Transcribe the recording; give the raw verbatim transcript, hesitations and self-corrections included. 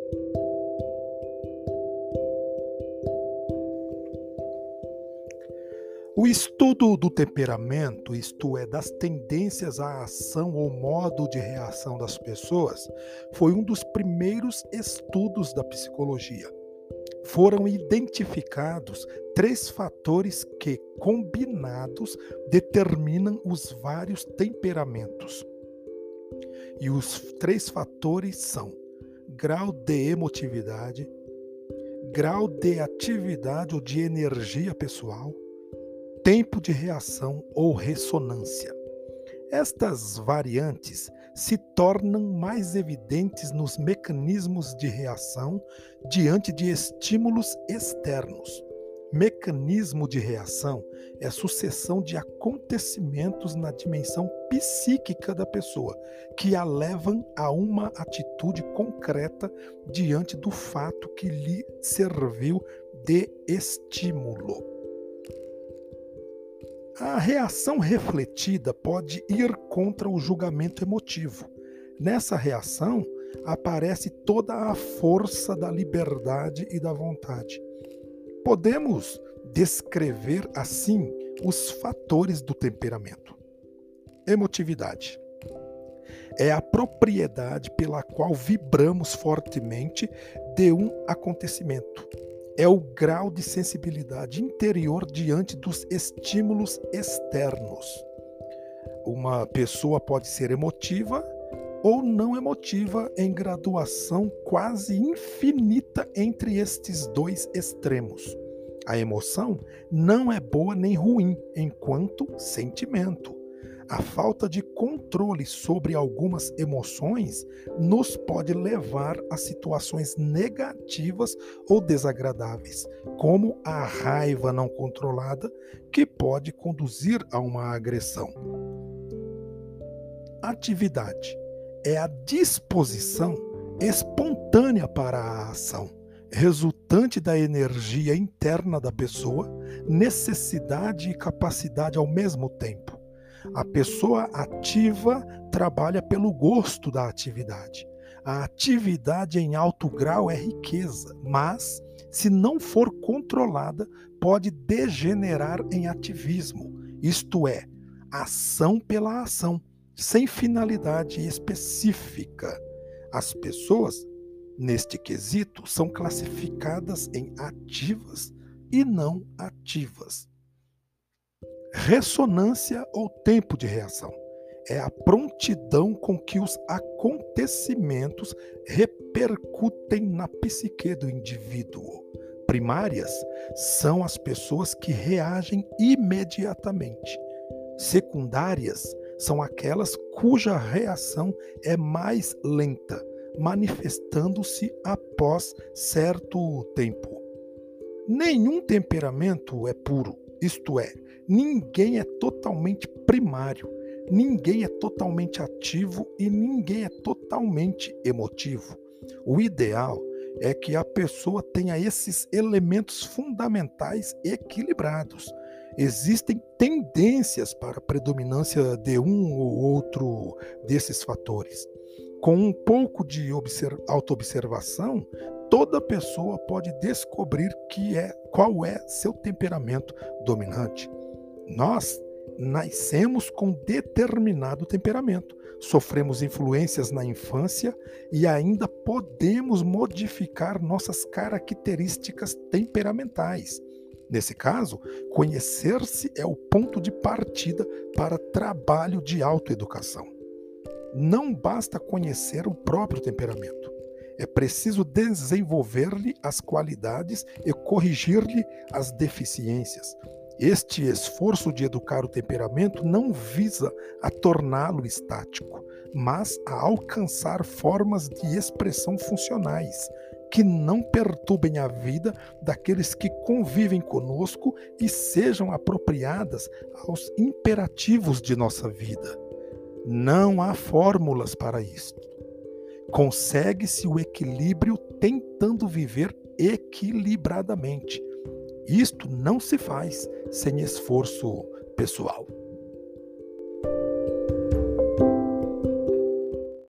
O estudo do temperamento, isto é, das tendências à ação ou modo de reação das pessoas, foi um dos primeiros estudos da psicologia. Foram identificados três fatores que, combinados, determinam os vários temperamentos. E os três fatores são grau de emotividade, grau de atividade ou de energia pessoal, tempo de reação ou ressonância. Estas variantes se tornam mais evidentes nos mecanismos de reação diante de estímulos externos. Mecanismo de reação é sucessão de acontecimentos na dimensão psíquica da pessoa, que a levam a uma atitude concreta diante do fato que lhe serviu de estímulo. A reação refletida pode ir contra o julgamento emotivo. Nessa reação, aparece toda a força da liberdade e da vontade. Podemos descrever assim os fatores do temperamento. Emotividade é a propriedade pela qual vibramos fortemente de um acontecimento. É o grau de sensibilidade interior diante dos estímulos externos. Uma pessoa pode ser emotiva ou não emotiva em graduação quase infinita entre estes dois extremos. A emoção não é boa nem ruim enquanto sentimento. A falta de controle sobre algumas emoções nos pode levar a situações negativas ou desagradáveis, como a raiva não controlada, que pode conduzir a uma agressão. Atividade é a disposição espontânea para a ação, resultante da energia interna da pessoa, necessidade e capacidade ao mesmo tempo. A pessoa ativa trabalha pelo gosto da atividade. A atividade em alto grau é riqueza, mas, se não for controlada, pode degenerar em ativismo, isto é, ação pela ação, sem finalidade específica. As pessoas, neste quesito, são classificadas em ativas e não ativas. Ressonância ou tempo de reação é a prontidão com que os acontecimentos repercutem na psique do indivíduo. Primárias são as pessoas que reagem imediatamente. Secundárias são aquelas cuja reação é mais lenta, manifestando-se após certo tempo. Nenhum temperamento é puro, isto é, ninguém é totalmente primário, ninguém é totalmente ativo e ninguém é totalmente emotivo. O ideal é que a pessoa tenha esses elementos fundamentais equilibrados. Existem tendências para a predominância de um ou outro desses fatores. Com um pouco de autoobservação, toda pessoa pode descobrir que é, qual é seu temperamento dominante. Nós nascemos com determinado temperamento, sofremos influências na infância e ainda podemos modificar nossas características temperamentais. Nesse caso, conhecer-se é o ponto de partida para trabalho de autoeducação. Não basta conhecer o próprio temperamento. É preciso desenvolver-lhe as qualidades e corrigir-lhe as deficiências. Este esforço de educar o temperamento não visa a torná-lo estático, mas a alcançar formas de expressão funcionais, que não perturbem a vida daqueles que convivem conosco e sejam apropriadas aos imperativos de nossa vida. Não há fórmulas para isto. Consegue-se o equilíbrio tentando viver equilibradamente. Isto não se faz sem esforço pessoal.